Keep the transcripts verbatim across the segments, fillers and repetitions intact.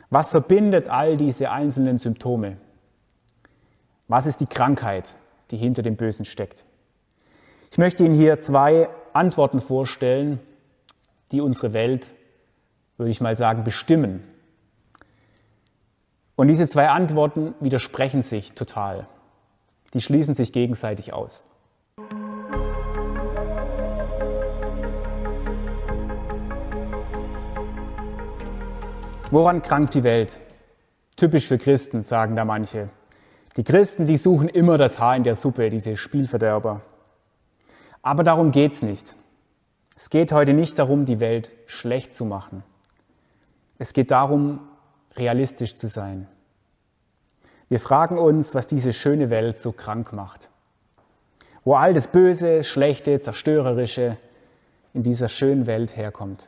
Was verbindet all diese einzelnen Symptome? Was ist die Krankheit, die hinter dem Bösen steckt? Ich möchte Ihnen hier zwei Antworten vorstellen, die unsere Welt, würde ich mal sagen, bestimmen. Und diese zwei Antworten widersprechen sich total. Die schließen sich gegenseitig aus. Woran krankt die Welt? Typisch für Christen, sagen da manche. Die Christen, die suchen immer das Haar in der Suppe, diese Spielverderber. Aber darum geht es nicht. Es geht heute nicht darum, die Welt schlecht zu machen. Es geht darum, realistisch zu sein. Wir fragen uns, was diese schöne Welt so krank macht. Wo all das Böse, Schlechte, Zerstörerische in dieser schönen Welt herkommt.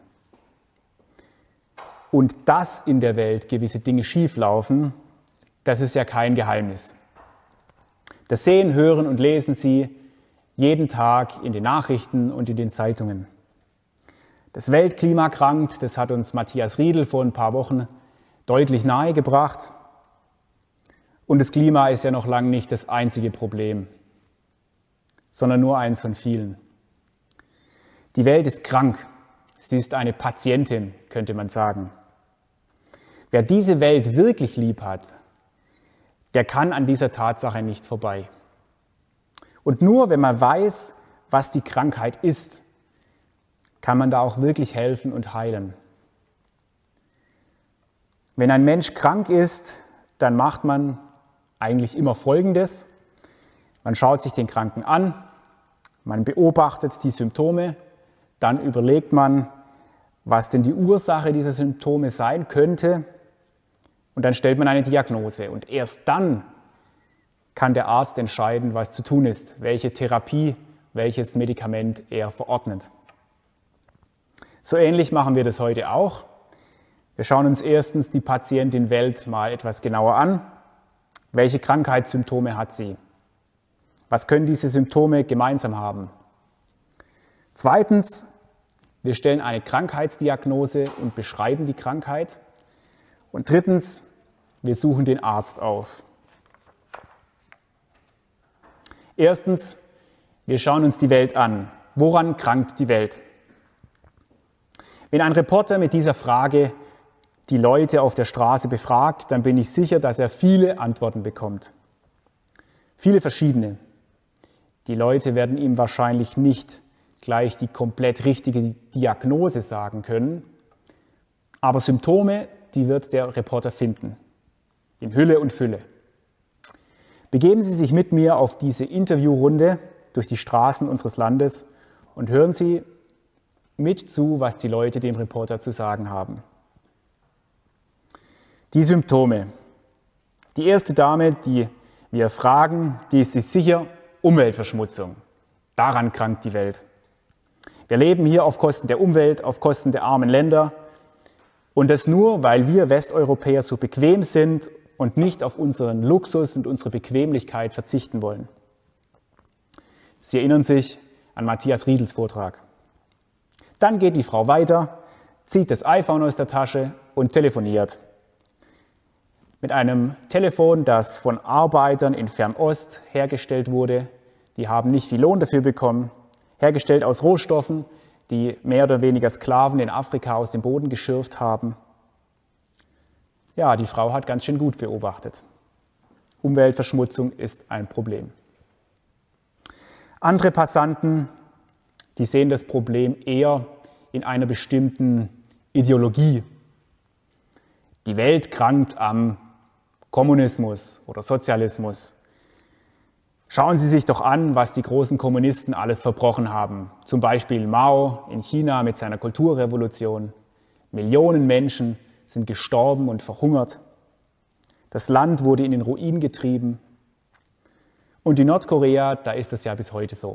Und dass in der Welt gewisse Dinge schieflaufen, das ist ja kein Geheimnis. Das sehen, hören und lesen Sie jeden Tag in den Nachrichten und in den Zeitungen. Das Weltklima krankt, das hat uns Matthias Riedel vor ein paar Wochen deutlich nahegebracht. Und das Klima ist ja noch lange nicht das einzige Problem, sondern nur eins von vielen. Die Welt ist krank. Sie ist eine Patientin, könnte man sagen. Wer diese Welt wirklich lieb hat, der kann an dieser Tatsache nicht vorbei. Und nur wenn man weiß, was die Krankheit ist, kann man da auch wirklich helfen und heilen. Wenn ein Mensch krank ist, dann macht man eigentlich immer Folgendes. Man schaut sich den Kranken an, man beobachtet die Symptome, dann überlegt man, was denn die Ursache dieser Symptome sein könnte, und dann stellt man eine Diagnose. Und erst dann kann der Arzt entscheiden, was zu tun ist, welche Therapie, welches Medikament er verordnet. So ähnlich machen wir das heute auch. Wir schauen uns erstens die Patientin Welt mal etwas genauer an. Welche Krankheitssymptome hat sie? Was können diese Symptome gemeinsam haben? Zweitens, wir stellen eine Krankheitsdiagnose und beschreiben die Krankheit. Und drittens, wir suchen den Arzt auf. Erstens, wir schauen uns die Welt an. Woran krankt die Welt? Wenn ein Reporter mit dieser Frage die Leute auf der Straße befragt, dann bin ich sicher, dass er viele Antworten bekommt. Viele verschiedene. Die Leute werden ihm wahrscheinlich nicht gleich die komplett richtige Diagnose sagen können, aber Symptome, die wird der Reporter finden, in Hülle und Fülle. Begeben Sie sich mit mir auf diese Interviewrunde durch die Straßen unseres Landes und hören Sie mit zu, was die Leute dem Reporter zu sagen haben. Die Symptome. Die erste Dame, die wir fragen, die ist sich sicher: Umweltverschmutzung. Daran krankt die Welt. Wir leben hier auf Kosten der Umwelt, auf Kosten der armen Länder. Und das nur, weil wir Westeuropäer so bequem sind und nicht auf unseren Luxus und unsere Bequemlichkeit verzichten wollen. Sie erinnern sich an Matthias Riedels Vortrag. Dann geht die Frau weiter, zieht das iPhone aus der Tasche und telefoniert. Mit einem Telefon, das von Arbeitern in Fernost hergestellt wurde. Die haben nicht viel Lohn dafür bekommen. Hergestellt aus Rohstoffen, die mehr oder weniger Sklaven in Afrika aus dem Boden geschürft haben. Ja, die Frau hat ganz schön gut beobachtet. Umweltverschmutzung ist ein Problem. Andere Passanten, die sehen das Problem eher in einer bestimmten Ideologie. Die Welt krankt am Kommunismus oder Sozialismus. Schauen Sie sich doch an, was die großen Kommunisten alles verbrochen haben. Zum Beispiel Mao in China mit seiner Kulturrevolution. Millionen Menschen sind gestorben und verhungert. Das Land wurde in den Ruin getrieben. Und in Nordkorea, da ist es ja bis heute so.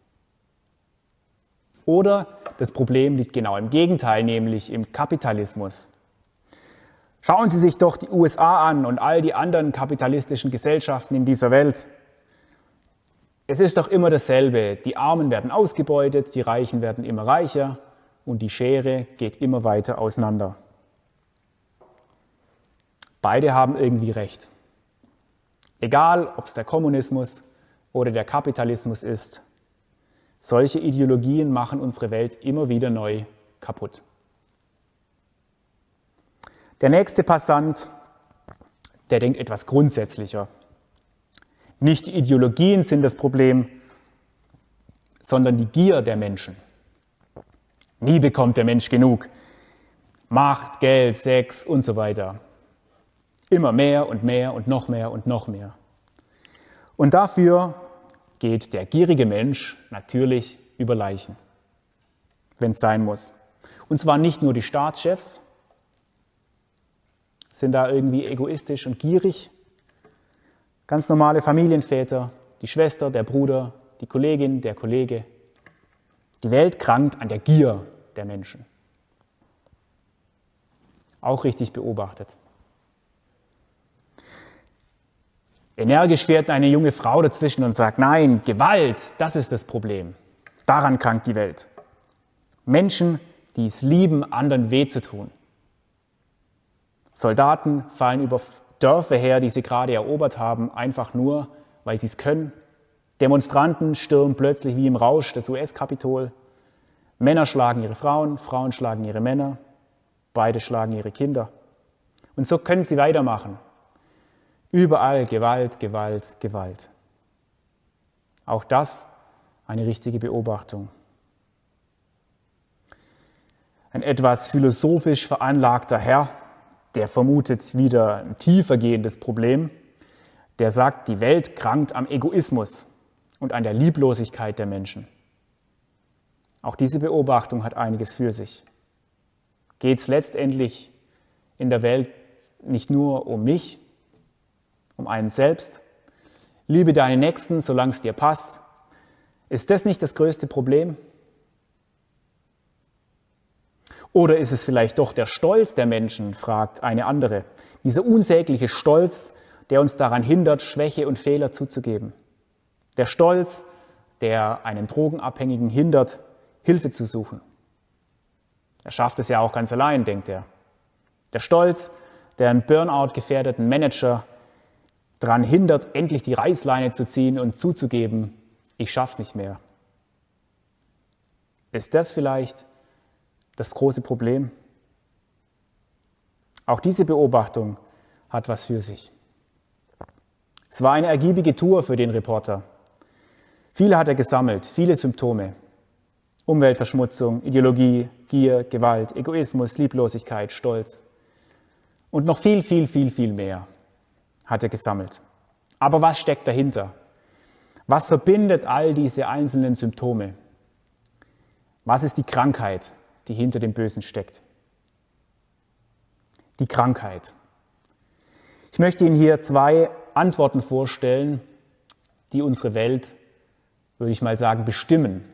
Oder das Problem liegt genau im Gegenteil, nämlich im Kapitalismus. Schauen Sie sich doch die U S A an und all die anderen kapitalistischen Gesellschaften in dieser Welt. Es ist doch immer dasselbe. Die Armen werden ausgebeutet, die Reichen werden immer reicher und die Schere geht immer weiter auseinander. Beide haben irgendwie recht. Egal, ob es der Kommunismus oder der Kapitalismus ist, solche Ideologien machen unsere Welt immer wieder neu kaputt. Der nächste Passant, der denkt etwas grundsätzlicher. Nicht die Ideologien sind das Problem, sondern die Gier der Menschen. Nie bekommt der Mensch genug. Macht, Geld, Sex und so weiter. Immer mehr und mehr und noch mehr und noch mehr. Und dafür geht der gierige Mensch natürlich über Leichen, wenn es sein muss. Und zwar nicht nur die Staatschefs sind da irgendwie egoistisch und gierig. Ganz normale Familienväter, die Schwester, der Bruder, die Kollegin, der Kollege. Die Welt krankt an der Gier der Menschen. Auch richtig beobachtet. Energisch fährt eine junge Frau dazwischen und sagt, nein, Gewalt, das ist das Problem. Daran krankt die Welt. Menschen, die es lieben, anderen weh zu tun. Soldaten fallen über Dörfer her, die sie gerade erobert haben, einfach nur, weil sie es können. Demonstranten stürmen plötzlich wie im Rausch das U S-Kapitol. Männer schlagen ihre Frauen, Frauen schlagen ihre Männer, beide schlagen ihre Kinder. Und so können sie weitermachen. Überall Gewalt, Gewalt, Gewalt. Auch das eine richtige Beobachtung. Ein etwas philosophisch veranlagter Herr, der vermutet wieder ein tiefer gehendes Problem, der sagt, die Welt krankt am Egoismus und an der Lieblosigkeit der Menschen. Auch diese Beobachtung hat einiges für sich. Geht es letztendlich in der Welt nicht nur um mich, um einen selbst? Liebe deinen Nächsten, solange es dir passt. Ist das nicht das größte Problem? Oder ist es vielleicht doch der Stolz der Menschen, fragt eine andere. Dieser unsägliche Stolz, der uns daran hindert, Schwäche und Fehler zuzugeben. Der Stolz, der einen Drogenabhängigen hindert, Hilfe zu suchen. Er schafft es ja auch ganz allein, denkt er. Der Stolz, der einen Burnout-gefährdeten Manager daran hindert, endlich die Reißleine zu ziehen und zuzugeben, ich schaff's nicht mehr. Ist das vielleicht das große Problem? Auch diese Beobachtung hat was für sich. Es war eine ergiebige Tour für den Reporter. Viele hat er gesammelt, viele Symptome. Umweltverschmutzung, Ideologie, Gier, Gewalt, Egoismus, Lieblosigkeit, Stolz. Und noch viel, viel, viel, viel mehr hat er gesammelt. Aber was steckt dahinter? Was verbindet all diese einzelnen Symptome? Was ist die Krankheit, die hinter dem Bösen steckt? Die Krankheit. Ich möchte Ihnen hier zwei Antworten vorstellen, die unsere Welt, würde ich mal sagen, bestimmen.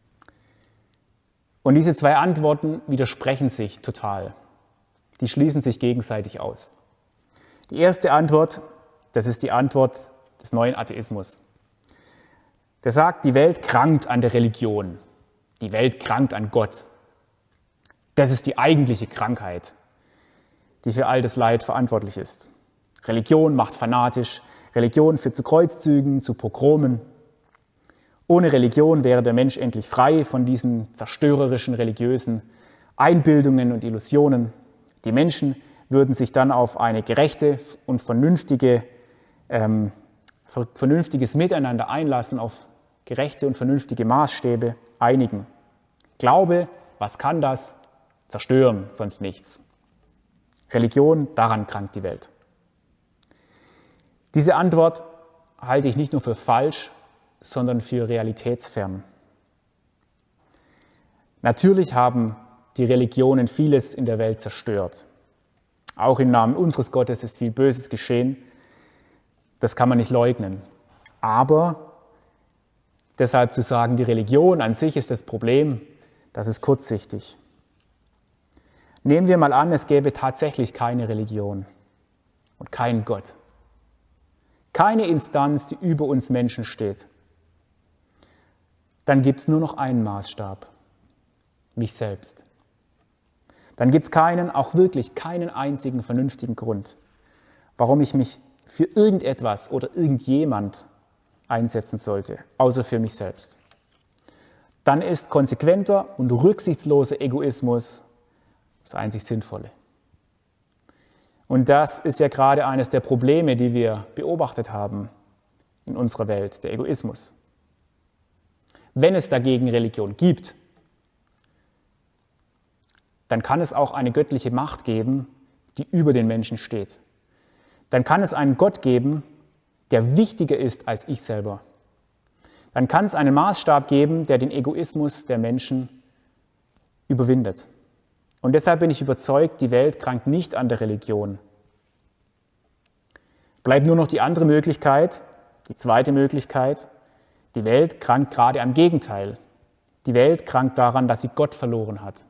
Und diese zwei Antworten widersprechen sich total. Die schließen sich gegenseitig aus. Die erste Antwort, das ist die Antwort des neuen Atheismus. Der sagt, die Welt krankt an der Religion. Die Welt krankt an Gott. Das ist die eigentliche Krankheit, die für all das Leid verantwortlich ist. Religion macht fanatisch. Religion führt zu Kreuzzügen, zu Pogromen. Ohne Religion wäre der Mensch endlich frei von diesen zerstörerischen religiösen Einbildungen und Illusionen. Die Menschen würden sich dann auf eine gerechte und vernünftige, ähm, vernünftiges Miteinander einlassen, auf gerechte und vernünftige Maßstäbe einigen. Glaube, was kann das? Zerstören, sonst nichts. Religion, daran krankt die Welt. Diese Antwort halte ich nicht nur für falsch, sondern für realitätsfern. Natürlich haben die Religionen vieles in der Welt zerstört. Auch im Namen unseres Gottes ist viel Böses geschehen. Das kann man nicht leugnen. Aber deshalb zu sagen, die Religion an sich ist das Problem, das ist kurzsichtig. Nehmen wir mal an, es gäbe tatsächlich keine Religion und keinen Gott. Keine Instanz, die über uns Menschen steht. Dann gibt es nur noch einen Maßstab, mich selbst. Dann gibt es keinen, auch wirklich keinen einzigen vernünftigen Grund, warum ich mich für irgendetwas oder irgendjemand einsetzen sollte, außer für mich selbst. Dann ist konsequenter und rücksichtsloser Egoismus das einzig Sinnvolle. Und das ist ja gerade eines der Probleme, die wir beobachtet haben in unserer Welt, der Egoismus. Wenn es dagegen Religion gibt, dann kann es auch eine göttliche Macht geben, die über den Menschen steht. Dann kann es einen Gott geben, der wichtiger ist als ich selber. Dann kann es einen Maßstab geben, der den Egoismus der Menschen überwindet. Und deshalb bin ich überzeugt, die Welt krankt nicht an der Religion. Bleibt nur noch die andere Möglichkeit, die zweite Möglichkeit. Die Welt krankt gerade am Gegenteil. Die Welt krankt daran, dass sie Gott verloren hat.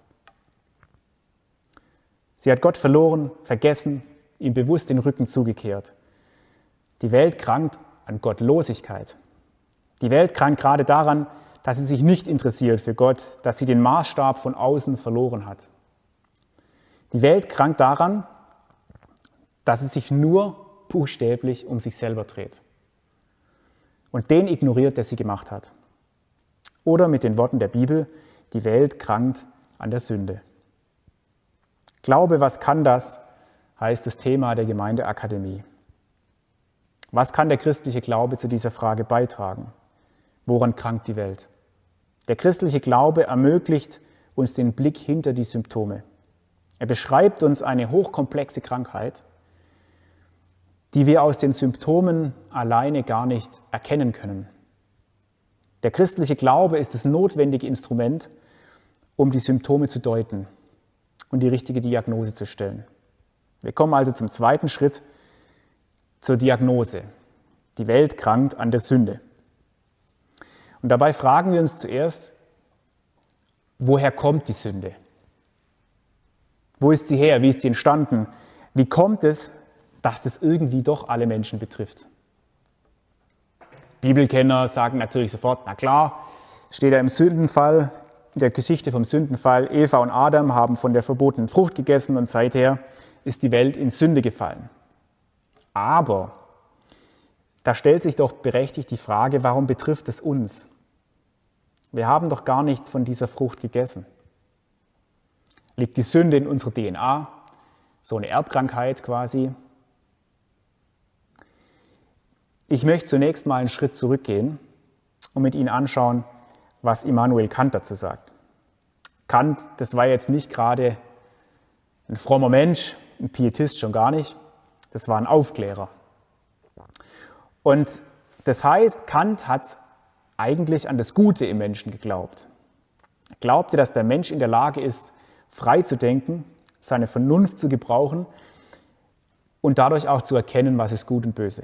Sie hat Gott verloren, vergessen, ihm bewusst den Rücken zugekehrt. Die Welt krankt an Gottlosigkeit. Die Welt krankt gerade daran, dass sie sich nicht interessiert für Gott, dass sie den Maßstab von außen verloren hat. Die Welt krankt daran, dass sie sich nur buchstäblich um sich selber dreht und den ignoriert, der sie gemacht hat. Oder mit den Worten der Bibel, die Welt krankt an der Sünde. Glaube, was kann das, heißt das Thema der Gemeindeakademie. Was kann der christliche Glaube zu dieser Frage beitragen? Woran krankt die Welt? Der christliche Glaube ermöglicht uns den Blick hinter die Symptome. Er beschreibt uns eine hochkomplexe Krankheit, die wir aus den Symptomen alleine gar nicht erkennen können. Der christliche Glaube ist das notwendige Instrument, um die Symptome zu deuten und die richtige Diagnose zu stellen. Wir kommen also zum zweiten Schritt, zur Diagnose. Die Welt krankt an der Sünde. Und dabei fragen wir uns zuerst, woher kommt die Sünde? Wo ist sie her? Wie ist sie entstanden? Wie kommt es, dass das irgendwie doch alle Menschen betrifft? Bibelkenner sagen natürlich sofort, na klar, steht ja im Sündenfall, in der Geschichte vom Sündenfall, Eva und Adam haben von der verbotenen Frucht gegessen und seither ist die Welt in Sünde gefallen. Aber da stellt sich doch berechtigt die Frage, warum betrifft es uns? Wir haben doch gar nicht von dieser Frucht gegessen. Liegt die Sünde in unserer D N A? So eine Erbkrankheit quasi? Ich möchte zunächst mal einen Schritt zurückgehen und mit Ihnen anschauen, was Immanuel Kant dazu sagt. Kant, das war jetzt nicht gerade ein frommer Mensch, ein Pietist schon gar nicht, das war ein Aufklärer. Und das heißt, Kant hat eigentlich an das Gute im Menschen geglaubt. Er glaubte, dass der Mensch in der Lage ist, frei zu denken, seine Vernunft zu gebrauchen und dadurch auch zu erkennen, was ist gut und böse.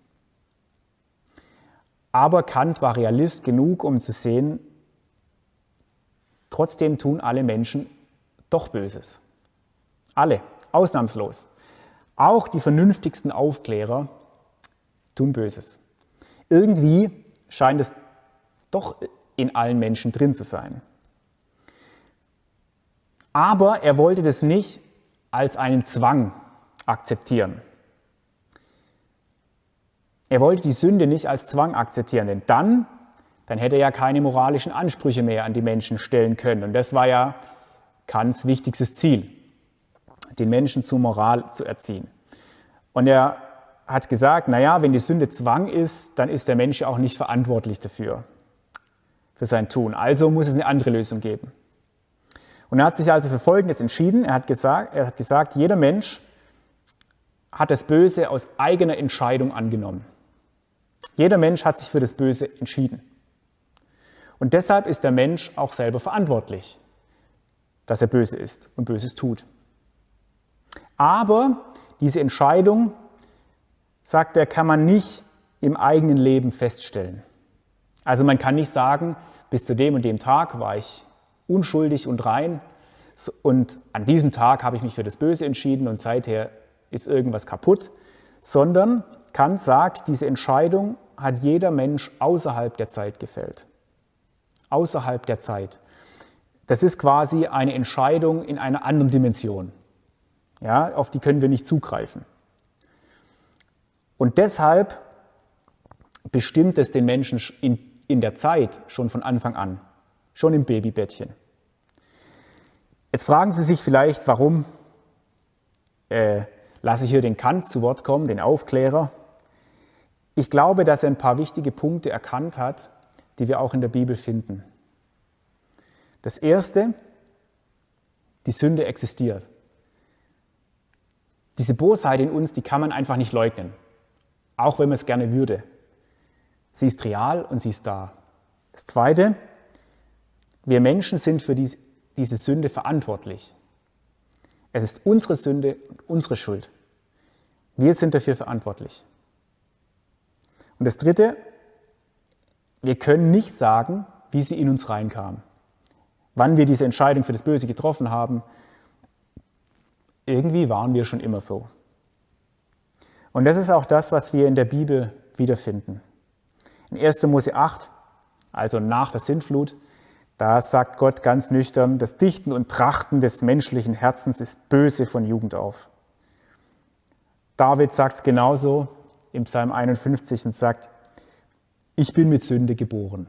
Aber Kant war Realist genug, um zu sehen, trotzdem tun alle Menschen doch Böses. Alle, ausnahmslos. Auch die vernünftigsten Aufklärer tun Böses. Irgendwie scheint es doch in allen Menschen drin zu sein. Aber er wollte das nicht als einen Zwang akzeptieren. Er wollte die Sünde nicht als Zwang akzeptieren, denn dann, dann hätte er ja keine moralischen Ansprüche mehr an die Menschen stellen können. Und das war ja Kants wichtigstes Ziel, den Menschen zur Moral zu erziehen. Und er hat gesagt, naja, wenn die Sünde Zwang ist, dann ist der Mensch ja auch nicht verantwortlich dafür, für sein Tun. Also muss es eine andere Lösung geben. Und er hat sich also für Folgendes entschieden. Er hat gesagt, er hat gesagt, jeder Mensch hat das Böse aus eigener Entscheidung angenommen. Jeder Mensch hat sich für das Böse entschieden. Und deshalb ist der Mensch auch selber verantwortlich, dass er böse ist und Böses tut. Aber diese Entscheidung, sagt er, kann man nicht im eigenen Leben feststellen. Also man kann nicht sagen, bis zu dem und dem Tag war ich unschuldig und rein und an diesem Tag habe ich mich für das Böse entschieden und seither ist irgendwas kaputt, sondern Kant sagt, diese Entscheidung hat jeder Mensch außerhalb der Zeit gefällt. Außerhalb der Zeit. Das ist quasi eine Entscheidung in einer anderen Dimension. Ja, auf die können wir nicht zugreifen. Und deshalb bestimmt es den Menschen in, in der Zeit schon von Anfang an, schon im Babybettchen. Jetzt fragen Sie sich vielleicht, warum äh, lasse ich hier den Kant zu Wort kommen, den Aufklärer. Ich glaube, dass er ein paar wichtige Punkte erkannt hat, die wir auch in der Bibel finden. Das Erste, die Sünde existiert. Diese Bosheit in uns, die kann man einfach nicht leugnen, auch wenn man es gerne würde. Sie ist real und sie ist da. Das Zweite, wir Menschen sind für diese, diese Sünde verantwortlich. Es ist unsere Sünde und unsere Schuld. Wir sind dafür verantwortlich. Und das Dritte, wir können nicht sagen, wie sie in uns reinkam. Wann wir diese Entscheidung für das Böse getroffen haben, irgendwie waren wir schon immer so. Und das ist auch das, was wir in der Bibel wiederfinden. In erster Mose acht, also nach der Sintflut, da sagt Gott ganz nüchtern, das Dichten und Trachten des menschlichen Herzens ist böse von Jugend auf. David sagt es genauso im Psalm einundfünfzig und sagt, ich bin mit Sünde geboren.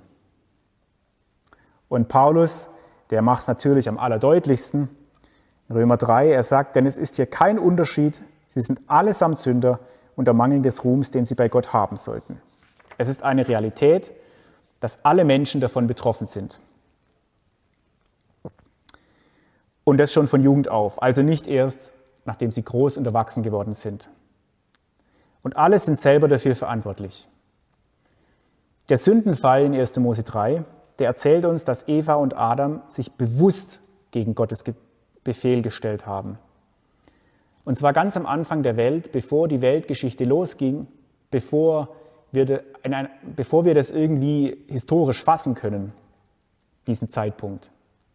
Und Paulus, der macht es natürlich am allerdeutlichsten, in Römer drei, er sagt, denn es ist hier kein Unterschied, sie sind allesamt Sünder unter Mangel des Ruhms, den sie bei Gott haben sollten. Es ist eine Realität, dass alle Menschen davon betroffen sind. Und das schon von Jugend auf, also nicht erst, nachdem sie groß und erwachsen geworden sind. Und alle sind selber dafür verantwortlich. Der Sündenfall in erster Mose drei, der erzählt uns, dass Eva und Adam sich bewusst gegen Gottes Befehl gestellt haben. Und zwar ganz am Anfang der Welt, bevor die Weltgeschichte losging, bevor wir, in ein, bevor wir das irgendwie historisch fassen können, diesen Zeitpunkt.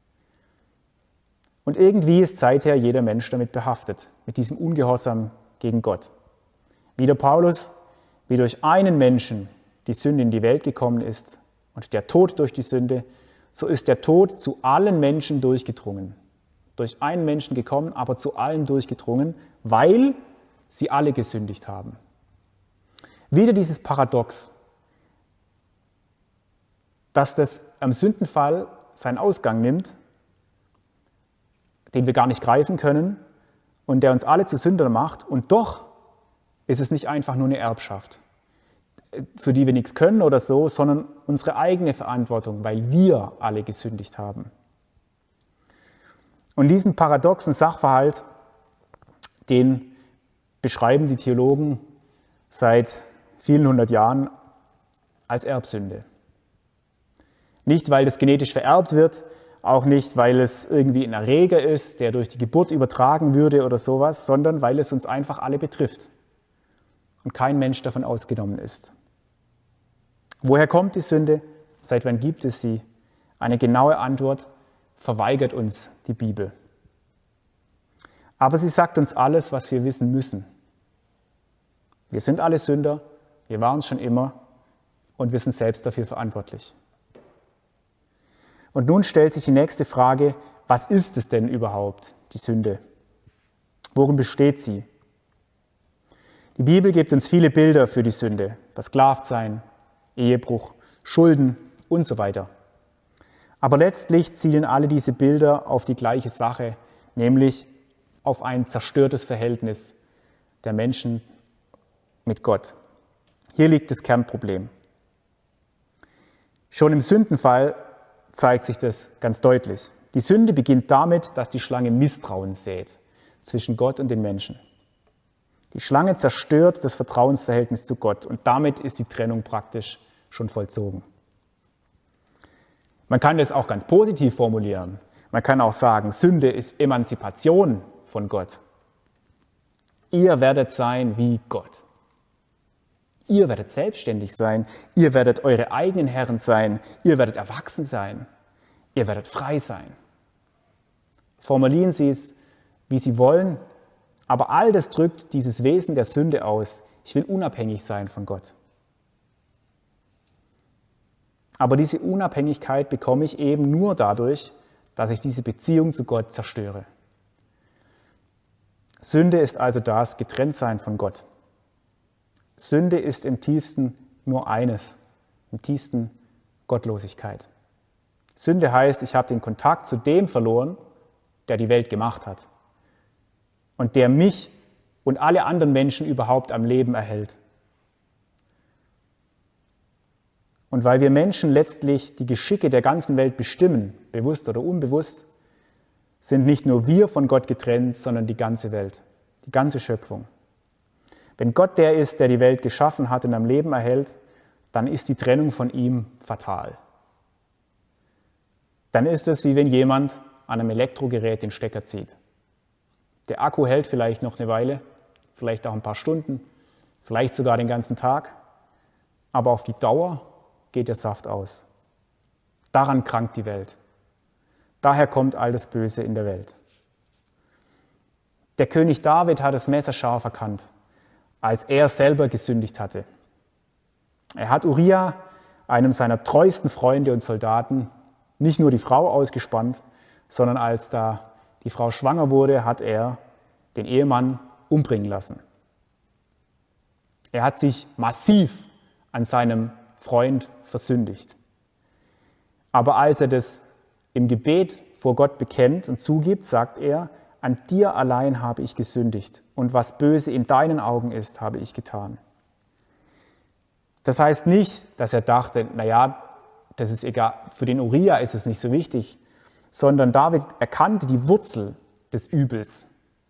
Und irgendwie ist seither jeder Mensch damit behaftet, mit diesem Ungehorsam gegen Gott. Wie der Paulus, wie durch einen Menschen die Sünde in die Welt gekommen ist und der Tod durch die Sünde, so ist der Tod zu allen Menschen durchgedrungen. Durch einen Menschen gekommen, aber zu allen durchgedrungen, weil sie alle gesündigt haben. Wieder dieses Paradox, dass das am Sündenfall seinen Ausgang nimmt, den wir gar nicht greifen können und der uns alle zu Sündern macht, und doch ist es nicht einfach nur eine Erbschaft, für die wir nichts können oder so, sondern unsere eigene Verantwortung, weil wir alle gesündigt haben. Und diesen paradoxen Sachverhalt, den beschreiben die Theologen seit vielen hundert Jahren als Erbsünde. Nicht, weil das genetisch vererbt wird, auch nicht, weil es irgendwie ein Erreger ist, der durch die Geburt übertragen würde oder sowas, sondern weil es uns einfach alle betrifft und kein Mensch davon ausgenommen ist. Woher kommt die Sünde? Seit wann gibt es sie? Eine genaue Antwort verweigert uns die Bibel. Aber sie sagt uns alles, was wir wissen müssen. Wir sind alle Sünder, wir waren es schon immer und wir sind selbst dafür verantwortlich. Und nun stellt sich die nächste Frage, was ist es denn überhaupt, die Sünde? Worin besteht sie? Die Bibel gibt uns viele Bilder für die Sünde, Versklavtsein, Ehebruch, Schulden und so weiter. Aber letztlich zielen alle diese Bilder auf die gleiche Sache, nämlich auf ein zerstörtes Verhältnis der Menschen mit Gott. Hier liegt das Kernproblem. Schon im Sündenfall zeigt sich das ganz deutlich. Die Sünde beginnt damit, dass die Schlange Misstrauen sät zwischen Gott und den Menschen. Die Schlange zerstört das Vertrauensverhältnis zu Gott und damit ist die Trennung praktisch schon vollzogen. Man kann das auch ganz positiv formulieren. Man kann auch sagen, Sünde ist Emanzipation von Gott. Ihr werdet sein wie Gott. Ihr werdet selbstständig sein. Ihr werdet eure eigenen Herren sein. Ihr werdet erwachsen sein. Ihr werdet frei sein. Formulieren Sie es, wie Sie wollen, aber all das drückt dieses Wesen der Sünde aus. Ich will unabhängig sein von Gott. Aber diese Unabhängigkeit bekomme ich eben nur dadurch, dass ich diese Beziehung zu Gott zerstöre. Sünde ist also das Getrenntsein von Gott. Sünde ist im tiefsten nur eines, im tiefsten Gottlosigkeit. Sünde heißt, ich habe den Kontakt zu dem verloren, der die Welt gemacht hat und der mich und alle anderen Menschen überhaupt am Leben erhält. Und weil wir Menschen letztlich die Geschicke der ganzen Welt bestimmen, bewusst oder unbewusst, sind nicht nur wir von Gott getrennt, sondern die ganze Welt, die ganze Schöpfung. Wenn Gott der ist, der die Welt geschaffen hat und am Leben erhält, dann ist die Trennung von ihm fatal. Dann ist es, wie wenn jemand an einem Elektrogerät den Stecker zieht. Der Akku hält vielleicht noch eine Weile, vielleicht auch ein paar Stunden, vielleicht sogar den ganzen Tag, aber auf die Dauer geht der Saft aus. Daran krankt die Welt. Daher kommt all das Böse in der Welt. Der König David hat es messerscharf erkannt, als er selber gesündigt hatte. Er hat Uria, einem seiner treuesten Freunde und Soldaten, nicht nur die Frau ausgespannt, sondern als da die Frau schwanger wurde, hat er den Ehemann umbringen lassen. Er hat sich massiv an seinem Freund versündigt. Aber als er das im Gebet vor Gott bekennt und zugibt, sagt er, an dir allein habe ich gesündigt und was böse in deinen Augen ist, habe ich getan. Das heißt nicht, dass er dachte, naja, das ist egal, für den Uria ist es nicht so wichtig, sondern David erkannte die Wurzel des Übels.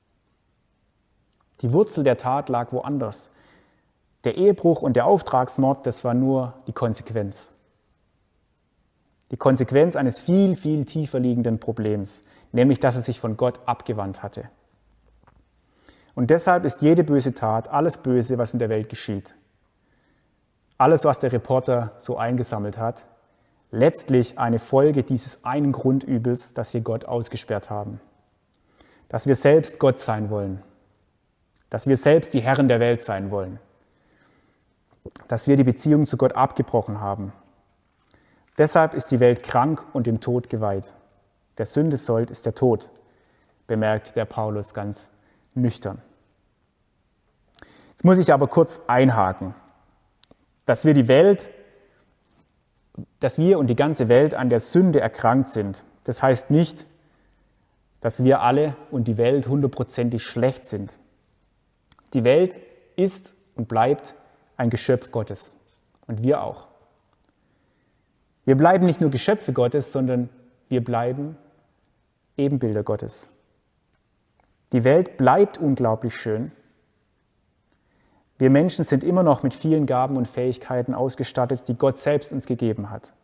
Die Wurzel der Tat lag woanders. Der Ehebruch und der Auftragsmord, das war nur die Konsequenz. Die Konsequenz eines viel, viel tiefer liegenden Problems, nämlich dass er sich von Gott abgewandt hatte. Und deshalb ist jede böse Tat, alles Böse, was in der Welt geschieht, alles, was der Reporter so eingesammelt hat, letztlich eine Folge dieses einen Grundübels, dass wir Gott ausgesperrt haben. Dass wir selbst Gott sein wollen. Dass wir selbst die Herren der Welt sein wollen. Dass wir die Beziehung zu Gott abgebrochen haben. Deshalb ist die Welt krank und dem Tod geweiht. Der Sünde Sold ist der Tod, bemerkt der Paulus ganz nüchtern. Jetzt muss ich aber kurz einhaken, dass wir die Welt, dass wir und die ganze Welt an der Sünde erkrankt sind. Das heißt nicht, dass wir alle und die Welt hundertprozentig schlecht sind. Die Welt ist und bleibt ein Geschöpf Gottes und wir auch. Wir bleiben nicht nur Geschöpfe Gottes, sondern wir bleiben Ebenbilder Gottes. Die Welt bleibt unglaublich schön. Wir Menschen sind immer noch mit vielen Gaben und Fähigkeiten ausgestattet, die Gott selbst uns gegeben hat.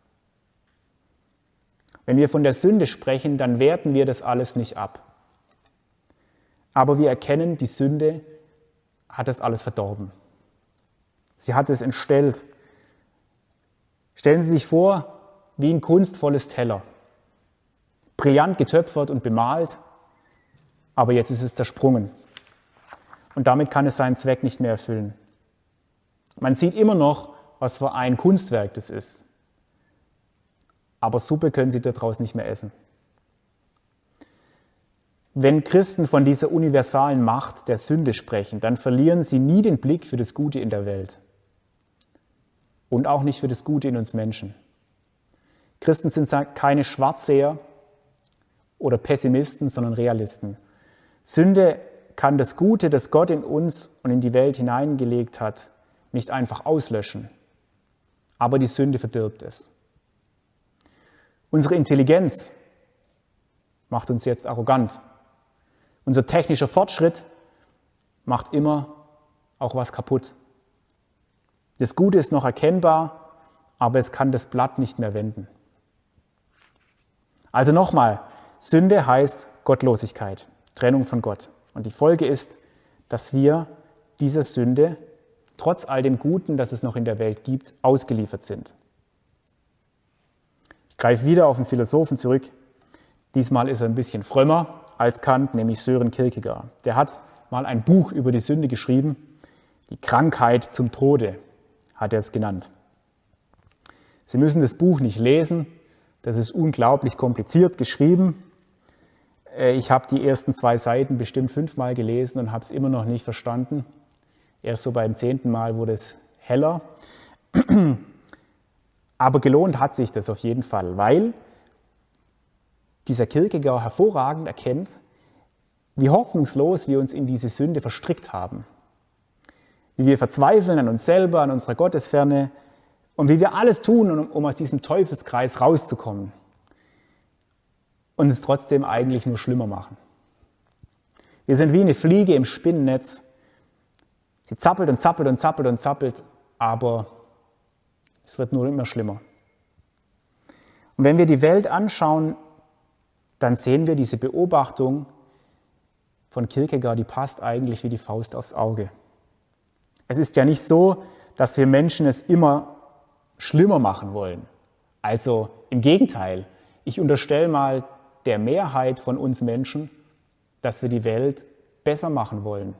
Wenn wir von der Sünde sprechen, dann werten wir das alles nicht ab. Aber wir erkennen, die Sünde hat das alles verdorben. Sie hat es entstellt. Stellen Sie sich vor, wie ein kunstvolles Teller. Brillant getöpfert und bemalt, aber jetzt ist es zersprungen. Und damit kann es seinen Zweck nicht mehr erfüllen. Man sieht immer noch, was für ein Kunstwerk das ist. Aber Suppe können Sie daraus nicht mehr essen. Wenn Christen von dieser universalen Macht der Sünde sprechen, dann verlieren sie nie den Blick für das Gute in der Welt. Und auch nicht für das Gute in uns Menschen. Christen sind keine Schwarzseher oder Pessimisten, sondern Realisten. Sünde kann das Gute, das Gott in uns und in die Welt hineingelegt hat, nicht einfach auslöschen. Aber die Sünde verdirbt es. Unsere Intelligenz macht uns jetzt arrogant. Unser technischer Fortschritt macht immer auch was kaputt. Das Gute ist noch erkennbar, aber es kann das Blatt nicht mehr wenden. Also nochmal, Sünde heißt Gottlosigkeit, Trennung von Gott. Und die Folge ist, dass wir dieser Sünde, trotz all dem Guten, das es noch in der Welt gibt, ausgeliefert sind. Ich greife wieder auf einen Philosophen zurück. Diesmal ist er ein bisschen frömmer als Kant, nämlich Sören Kierkegaard. Der hat mal ein Buch über die Sünde geschrieben, die Krankheit zum Tode hat er es genannt. Sie müssen das Buch nicht lesen, das ist unglaublich kompliziert geschrieben. Ich habe die ersten zwei Seiten bestimmt fünfmal gelesen und habe es immer noch nicht verstanden. Erst so beim zehnten Mal wurde es heller. Aber gelohnt hat sich das auf jeden Fall, weil dieser Kierkegaard hervorragend erkennt, wie hoffnungslos wir uns in diese Sünde verstrickt haben. Wie wir verzweifeln an uns selber, an unserer Gottesferne und wie wir alles tun, um, um aus diesem Teufelskreis rauszukommen. Und es trotzdem eigentlich nur schlimmer machen. Wir sind wie eine Fliege im Spinnennetz. Sie zappelt und zappelt und zappelt und zappelt, aber es wird nur immer schlimmer. Und wenn wir die Welt anschauen, dann sehen wir diese Beobachtung von Kierkegaard, die passt eigentlich wie die Faust aufs Auge. Es ist ja nicht so, dass wir Menschen es immer schlimmer machen wollen. Also im Gegenteil, ich unterstelle mal der Mehrheit von uns Menschen, dass wir die Welt besser machen wollen.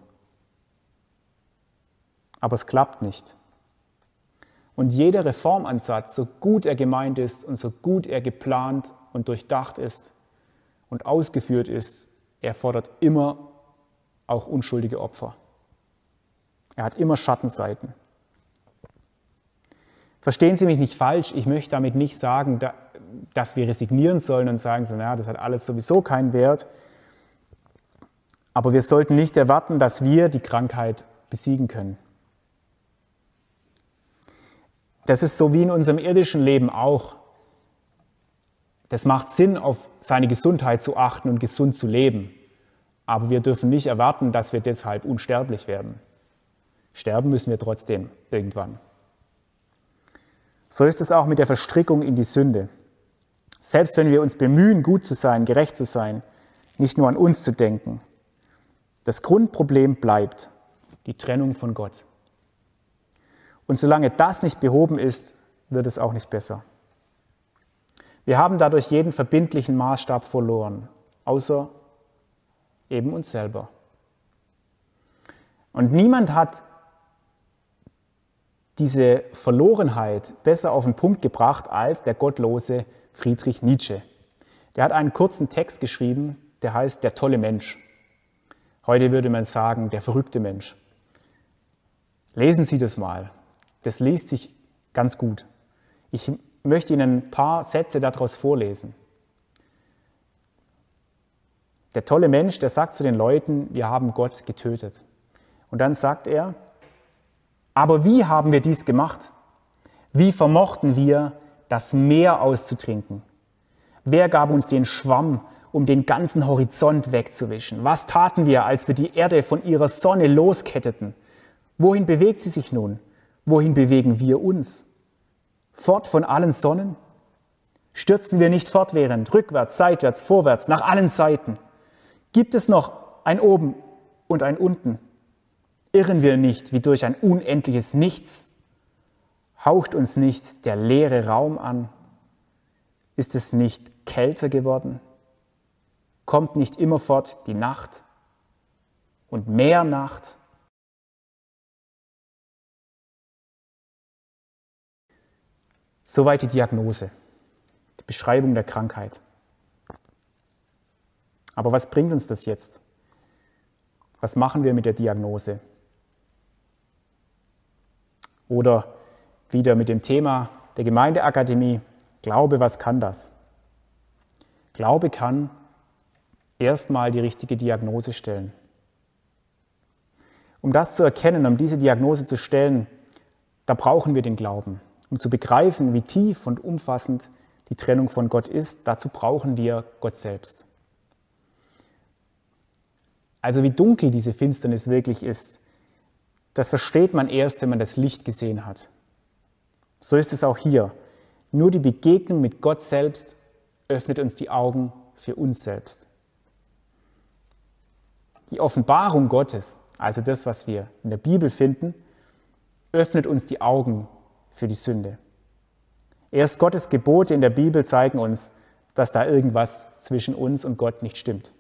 Aber es klappt nicht. Und jeder Reformansatz, so gut er gemeint ist und so gut er geplant und durchdacht ist und ausgeführt ist, er fordert immer auch unschuldige Opfer. Er hat immer Schattenseiten. Verstehen Sie mich nicht falsch, ich möchte damit nicht sagen, dass wir resignieren sollen und sagen, so, naja, das hat alles sowieso keinen Wert. Aber wir sollten nicht erwarten, dass wir die Krankheit besiegen können. Das ist so wie in unserem irdischen Leben auch. Das macht Sinn, auf seine Gesundheit zu achten und gesund zu leben. Aber wir dürfen nicht erwarten, dass wir deshalb unsterblich werden. Sterben müssen wir trotzdem irgendwann. So ist es auch mit der Verstrickung in die Sünde. Selbst wenn wir uns bemühen, gut zu sein, gerecht zu sein, nicht nur an uns zu denken. Das Grundproblem bleibt die Trennung von Gott. Und solange das nicht behoben ist, wird es auch nicht besser. Wir haben dadurch jeden verbindlichen Maßstab verloren, außer eben uns selber. Und niemand hat diese Verlorenheit besser auf den Punkt gebracht als der gottlose Friedrich Nietzsche. Der hat einen kurzen Text geschrieben, der heißt Der tolle Mensch. Heute würde man sagen, der verrückte Mensch. Lesen Sie das mal. Das liest sich ganz gut. Ich möchte Ihnen ein paar Sätze daraus vorlesen. Der tolle Mensch, der sagt zu den Leuten, wir haben Gott getötet. Und dann sagt er, aber wie haben wir dies gemacht? Wie vermochten wir, das Meer auszutrinken? Wer gab uns den Schwamm, um den ganzen Horizont wegzuwischen? Was taten wir, als wir die Erde von ihrer Sonne losketteten? Wohin bewegt sie sich nun? Wohin bewegen wir uns? Fort von allen Sonnen? Stürzen wir nicht fortwährend, rückwärts, seitwärts, vorwärts, nach allen Seiten? Gibt es noch ein Oben und ein Unten? Irren wir nicht wie durch ein unendliches Nichts? Haucht uns nicht der leere Raum an? Ist es nicht kälter geworden? Kommt nicht immerfort die Nacht und mehr Nacht? Soweit die Diagnose, die Beschreibung der Krankheit. Aber was bringt uns das jetzt? Was machen wir mit der Diagnose? Oder wieder mit dem Thema der Gemeindeakademie, Glaube, was kann das? Glaube kann erstmal die richtige Diagnose stellen. Um das zu erkennen, um diese Diagnose zu stellen, da brauchen wir den Glauben. Um zu begreifen, wie tief und umfassend die Trennung von Gott ist, dazu brauchen wir Gott selbst. Also wie dunkel diese Finsternis wirklich ist, das versteht man erst, wenn man das Licht gesehen hat. So ist es auch hier. Nur die Begegnung mit Gott selbst öffnet uns die Augen für uns selbst. Die Offenbarung Gottes, also das, was wir in der Bibel finden, öffnet uns die Augen für die Sünde. Erst Gottes Gebote in der Bibel zeigen uns, dass da irgendwas zwischen uns und Gott nicht stimmt.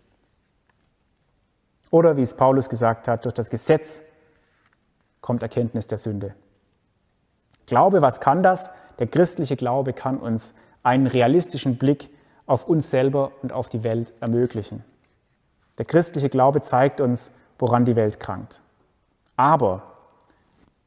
Oder wie es Paulus gesagt hat, durch das Gesetz kommt Erkenntnis der Sünde. Glaube, was kann das? Der christliche Glaube kann uns einen realistischen Blick auf uns selber und auf die Welt ermöglichen. Der christliche Glaube zeigt uns, woran die Welt krankt. Aber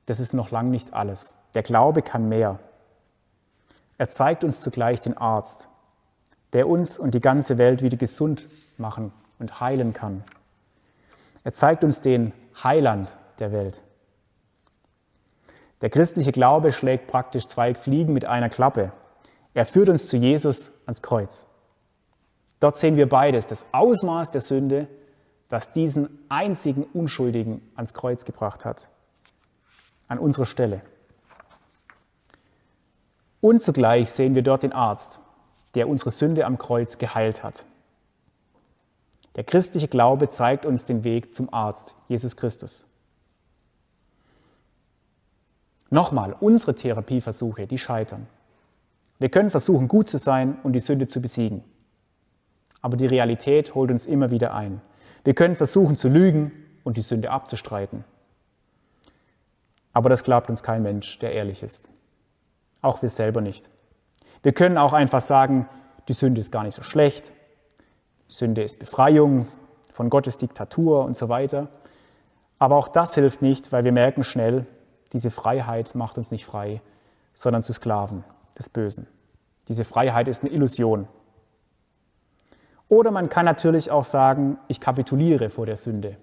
das ist noch lang nicht alles. Der Glaube kann mehr. Er zeigt uns zugleich den Arzt, der uns und die ganze Welt wieder gesund machen und heilen kann. Er zeigt uns den Heiland der Welt. Der christliche Glaube schlägt praktisch zwei Fliegen mit einer Klappe. Er führt uns zu Jesus ans Kreuz. Dort sehen wir beides, das Ausmaß der Sünde, das diesen einzigen Unschuldigen ans Kreuz gebracht hat, an unserer Stelle. Und zugleich sehen wir dort den Arzt, der unsere Sünde am Kreuz geheilt hat. Der christliche Glaube zeigt uns den Weg zum Arzt, Jesus Christus. Nochmal, unsere Therapieversuche, die scheitern. Wir können versuchen, gut zu sein und die Sünde zu besiegen. Aber die Realität holt uns immer wieder ein. Wir können versuchen zu lügen und die Sünde abzustreiten. Aber das glaubt uns kein Mensch, der ehrlich ist. Auch wir selber nicht. Wir können auch einfach sagen, die Sünde ist gar nicht so schlecht. Die Sünde ist Befreiung von Gottes Diktatur und so weiter. Aber auch das hilft nicht, weil wir merken schnell, diese Freiheit macht uns nicht frei, sondern zu Sklaven des Bösen. Diese Freiheit ist eine Illusion. Oder man kann natürlich auch sagen, ich kapituliere vor der Sünde.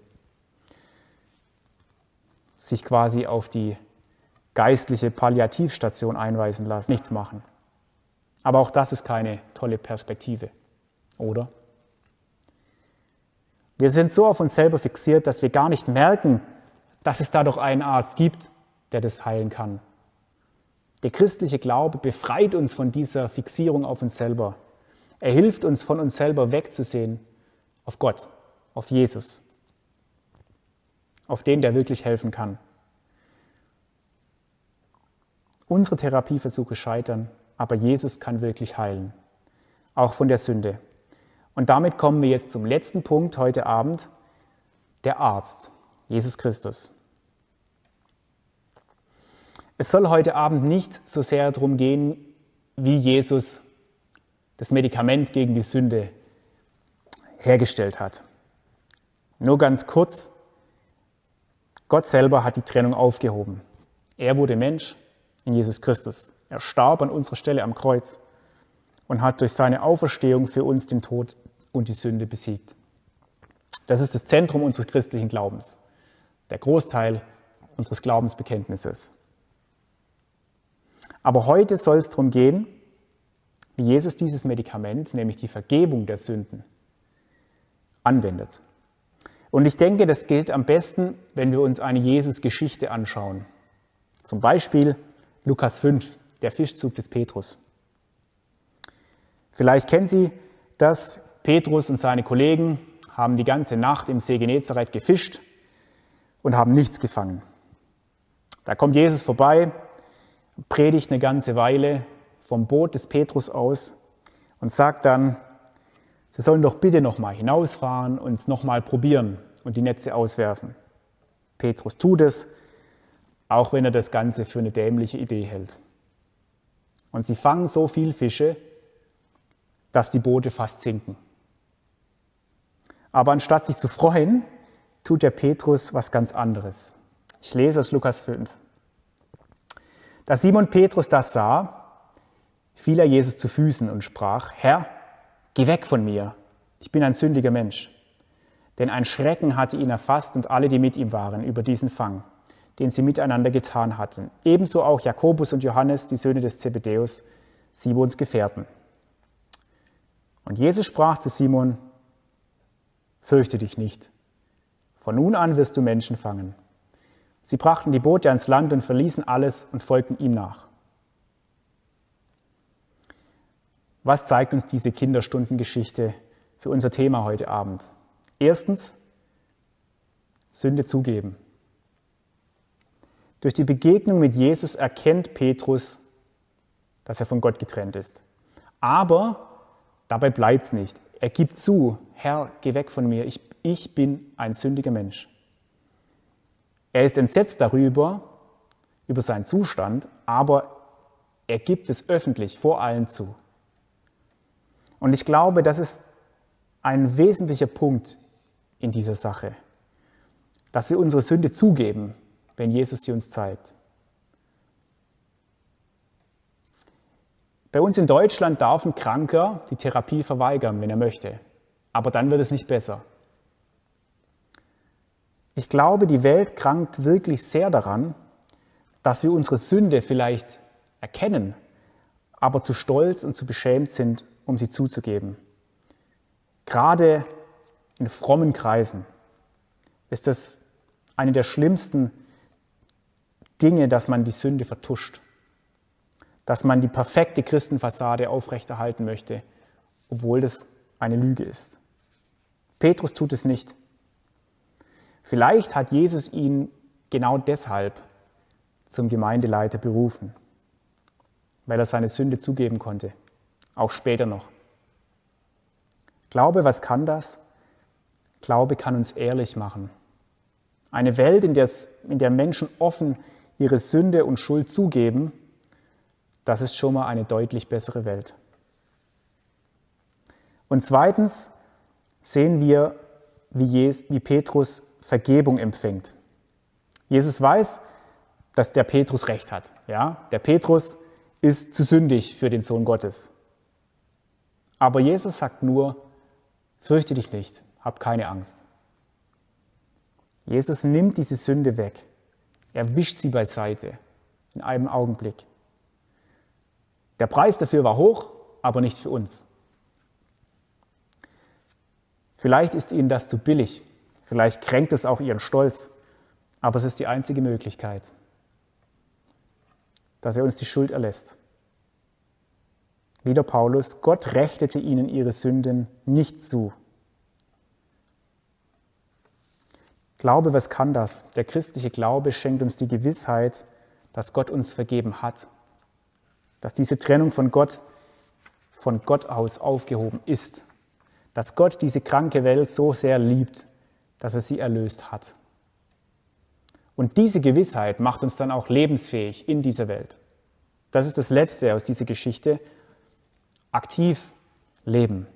Sich quasi auf die geistliche Palliativstation einweisen lassen, nichts machen. Aber auch das ist keine tolle Perspektive, oder? Wir sind so auf uns selber fixiert, dass wir gar nicht merken, dass es da doch einen Arzt gibt, der das heilen kann. Der christliche Glaube befreit uns von dieser Fixierung auf uns selber. Er hilft uns, von uns selber wegzusehen auf Gott, auf Jesus, auf den, der wirklich helfen kann. Unsere Therapieversuche scheitern, aber Jesus kann wirklich heilen, auch von der Sünde. Und damit kommen wir jetzt zum letzten Punkt heute Abend, der Arzt, Jesus Christus. Es soll heute Abend nicht so sehr darum gehen, wie Jesus das Medikament gegen die Sünde hergestellt hat. Nur ganz kurz, Gott selber hat die Trennung aufgehoben. Er wurde Mensch in Jesus Christus. Er starb an unserer Stelle am Kreuz und hat durch seine Auferstehung für uns den Tod und die Sünde besiegt. Das ist das Zentrum unseres christlichen Glaubens, der Großteil unseres Glaubensbekenntnisses. Aber heute soll es darum gehen, wie Jesus dieses Medikament, nämlich die Vergebung der Sünden, anwendet. Und ich denke, das gilt am besten, wenn wir uns eine Jesus-Geschichte anschauen. Zum Beispiel Lukas fünf, der Fischzug des Petrus. Vielleicht kennen Sie das, Petrus und seine Kollegen haben die ganze Nacht im See Genezareth gefischt und haben nichts gefangen. Da kommt Jesus vorbei, predigt eine ganze Weile vom Boot des Petrus aus und sagt dann, sie sollen doch bitte noch mal hinausfahren und es noch mal probieren und die Netze auswerfen. Petrus tut es, auch wenn er das Ganze für eine dämliche Idee hält. Und sie fangen so viel Fische, dass die Boote fast sinken. Aber anstatt sich zu freuen, tut der Petrus was ganz anderes. Ich lese aus Lukas fünf. Da Simon Petrus das sah, fiel er Jesus zu Füßen und sprach, Herr, geh weg von mir, ich bin ein sündiger Mensch. Denn ein Schrecken hatte ihn erfasst und alle, die mit ihm waren, über diesen Fang, den sie miteinander getan hatten. Ebenso auch Jakobus und Johannes, die Söhne des Zebedäus, Simons Gefährten. Und Jesus sprach zu Simon, fürchte dich nicht, von nun an wirst du Menschen fangen. Sie brachten die Boote ans Land und verließen alles und folgten ihm nach. Was zeigt uns diese Kinderstundengeschichte für unser Thema heute Abend? Erstens, Sünde zugeben. Durch die Begegnung mit Jesus erkennt Petrus, dass er von Gott getrennt ist. Aber dabei bleibt es nicht. Er gibt zu, Herr, geh weg von mir, ich, ich bin ein sündiger Mensch. Er ist entsetzt darüber, über seinen Zustand, aber er gibt es öffentlich vor allen zu. Und ich glaube, das ist ein wesentlicher Punkt in dieser Sache, dass wir unsere Sünde zugeben, wenn Jesus sie uns zeigt. Bei uns in Deutschland darf ein Kranker die Therapie verweigern, wenn er möchte. Aber dann wird es nicht besser. Ich glaube, die Welt krankt wirklich sehr daran, dass wir unsere Sünde vielleicht erkennen, aber zu stolz und zu beschämt sind, um sie zuzugeben. Gerade in frommen Kreisen ist das eine der schlimmsten Dinge, dass man die Sünde vertuscht, dass man die perfekte Christenfassade aufrechterhalten möchte, obwohl das eine Lüge ist. Petrus tut es nicht. Vielleicht hat Jesus ihn genau deshalb zum Gemeindeleiter berufen, weil er seine Sünde zugeben konnte, auch später noch. Glaube, was kann das? Glaube kann uns ehrlich machen. Eine Welt, in der, in der Menschen offen ihre Sünde und Schuld zugeben, das ist schon mal eine deutlich bessere Welt. Und zweitens sehen wir, wie, Jesus, wie Petrus Vergebung empfängt. Jesus weiß, dass der Petrus recht hat. Ja? Der Petrus ist zu sündig für den Sohn Gottes. Aber Jesus sagt nur, fürchte dich nicht, hab keine Angst. Jesus nimmt diese Sünde weg. Er wischt sie beiseite in einem Augenblick. Der Preis dafür war hoch, aber nicht für uns. Vielleicht ist Ihnen das zu billig, vielleicht kränkt es auch Ihren Stolz, aber es ist die einzige Möglichkeit, dass er uns die Schuld erlässt. Wieder Paulus, Gott rechtete ihnen ihre Sünden nicht zu. Glaube, was kann das? Der christliche Glaube schenkt uns die Gewissheit, dass Gott uns vergeben hat, dass diese Trennung von Gott, von Gott aus aufgehoben ist, dass Gott diese kranke Welt so sehr liebt, dass er sie erlöst hat. Und diese Gewissheit macht uns dann auch lebensfähig in dieser Welt. Das ist das Letzte aus dieser Geschichte. Aktiv leben.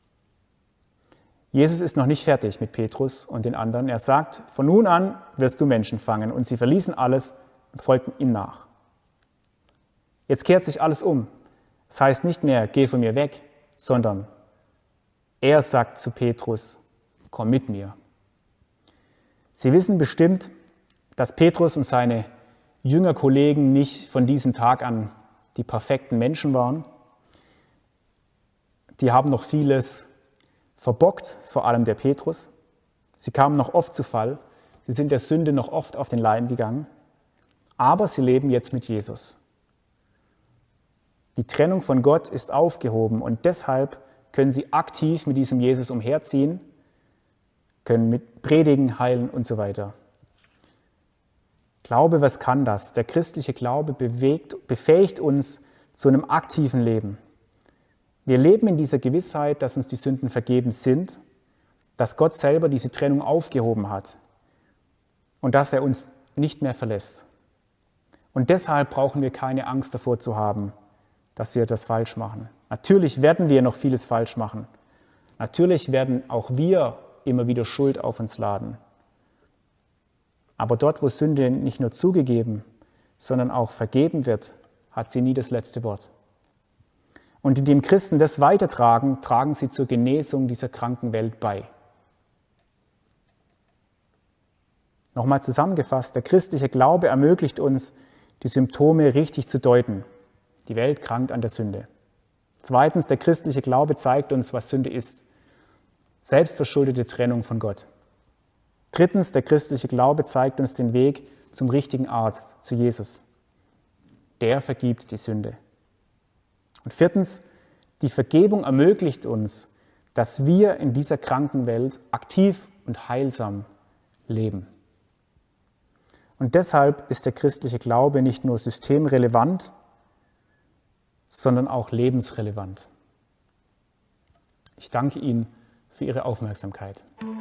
Jesus ist noch nicht fertig mit Petrus und den anderen. Er sagt, von nun an wirst du Menschen fangen. Und sie verließen alles und folgten ihm nach. Jetzt kehrt sich alles um. Das heißt nicht mehr, geh von mir weg, sondern er sagt zu Petrus, komm mit mir. Sie wissen bestimmt, dass Petrus und seine Jüngerkollegen nicht von diesem Tag an die perfekten Menschen waren. Die haben noch vieles verbockt, vor allem der Petrus. Sie kamen noch oft zu Fall. Sie sind der Sünde noch oft auf den Leim gegangen. Aber sie leben jetzt mit Jesus. Die Trennung von Gott ist aufgehoben und deshalb können sie aktiv mit diesem Jesus umherziehen, können mit predigen, heilen und so weiter. Glaube, was kann das? Der christliche Glaube bewegt, befähigt uns zu einem aktiven Leben. Wir leben in dieser Gewissheit, dass uns die Sünden vergeben sind, dass Gott selber diese Trennung aufgehoben hat und dass er uns nicht mehr verlässt. Und deshalb brauchen wir keine Angst davor zu haben, dass wir das falsch machen. Natürlich werden wir noch vieles falsch machen. Natürlich werden auch wir immer wieder Schuld auf uns laden. Aber dort, wo Sünde nicht nur zugegeben, sondern auch vergeben wird, hat sie nie das letzte Wort. Und indem Christen das weitertragen, tragen sie zur Genesung dieser kranken Welt bei. Nochmal zusammengefasst, der christliche Glaube ermöglicht uns, die Symptome richtig zu deuten. Die Welt krankt an der Sünde. Zweitens, der christliche Glaube zeigt uns, was Sünde ist. Selbstverschuldete Trennung von Gott. Drittens, der christliche Glaube zeigt uns den Weg zum richtigen Arzt, zu Jesus. Der vergibt die Sünde. Und viertens, die Vergebung ermöglicht uns, dass wir in dieser kranken Welt aktiv und heilsam leben. Und deshalb ist der christliche Glaube nicht nur systemrelevant, sondern auch lebensrelevant. Ich danke Ihnen für Ihre Aufmerksamkeit.